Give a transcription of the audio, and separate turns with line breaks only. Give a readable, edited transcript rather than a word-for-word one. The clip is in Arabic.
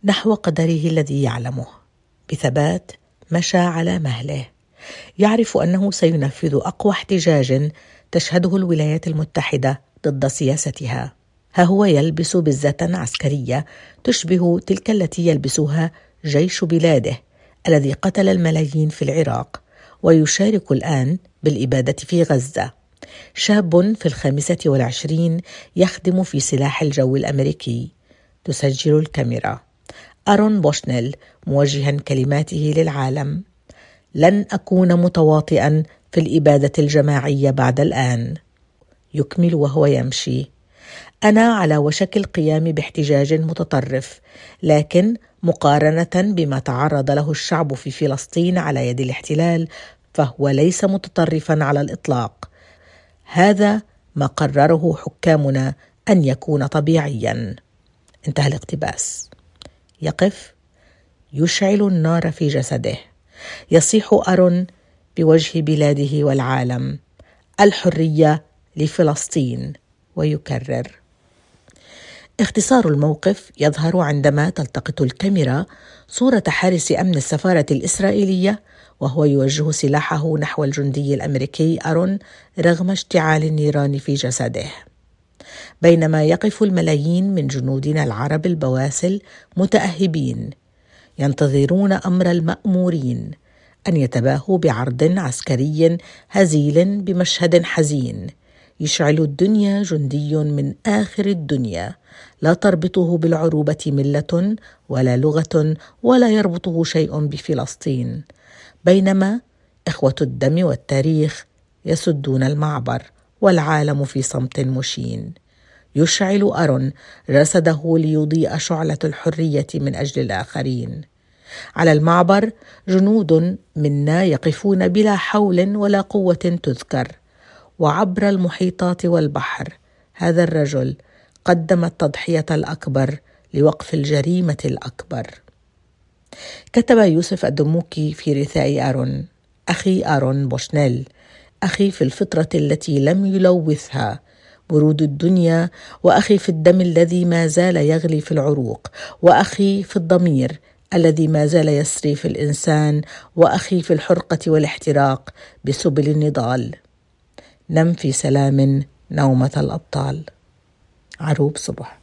نحو قدره الذي يعلمه. بثبات مشى على مهله، يعرف أنه سينفذ أقوى احتجاج تشهده الولايات المتحدة ضد سياستها. ها هو يلبس بزة عسكرية تشبه تلك التي يلبسها جيش بلاده الذي قتل الملايين في العراق، ويشارك الآن بالإبادة في غزة. شاب في 25 يخدم في سلاح الجو الأمريكي. تسجل الكاميرا. آرون بوشنيل موجها كلماته للعالم: لن أكون متواطئا في الإبادة الجماعية بعد الآن. يكمل وهو يمشي: أنا على وشك القيام باحتجاج متطرف، لكن مقارنة بما تعرض له الشعب في فلسطين على يد الاحتلال فهو ليس متطرفا على الإطلاق. هذا ما قرره حكامنا أن يكون طبيعيا. انتهى الاقتباس. يقف، يشعل النار في جسده، يصيح آرون بوجه بلاده والعالم: الحرية لفلسطين. ويكرر. اختصار الموقف يظهر عندما تلتقط الكاميرا صورة حارس أمن السفارة الإسرائيلية وهو يوجه سلاحه نحو الجندي الأمريكي آرون رغم اشتعال النيران في جسده. بينما يقف الملايين من جنودنا العرب البواسل متأهبين ينتظرون أمر المأمورين أن يتباهوا بعرض عسكري هزيل بمشهد حزين يشعل الدنيا جندي من آخر الدنيا لا تربطه بالعروبة ملة ولا لغة ولا يربطه شيء بفلسطين، بينما إخوة الدم والتاريخ يسدون المعبر والعالم في صمت مشين. يشعل آرون رصده ليضيء شعلة الحرية من أجل الآخرين. على المعبر جنود منا يقفون بلا حول ولا قوة تذكر، وعبر المحيطات والبحر هذا الرجل قدم التضحية الأكبر لوقف الجريمة الأكبر. كتب يوسف الدموكي في رثاء آرون: أخي آرون بوشنيل، أخي في الفطرة التي لم يلوثها برود الدنيا، وأخي في الدم الذي ما زال يغلي في العروق، وأخي في الضمير الذي ما زال يسري في الإنسان، وأخي في الحرقة والاحتراق بسبل النضال. نم في سلام نومة الأبطال. عروب صبح.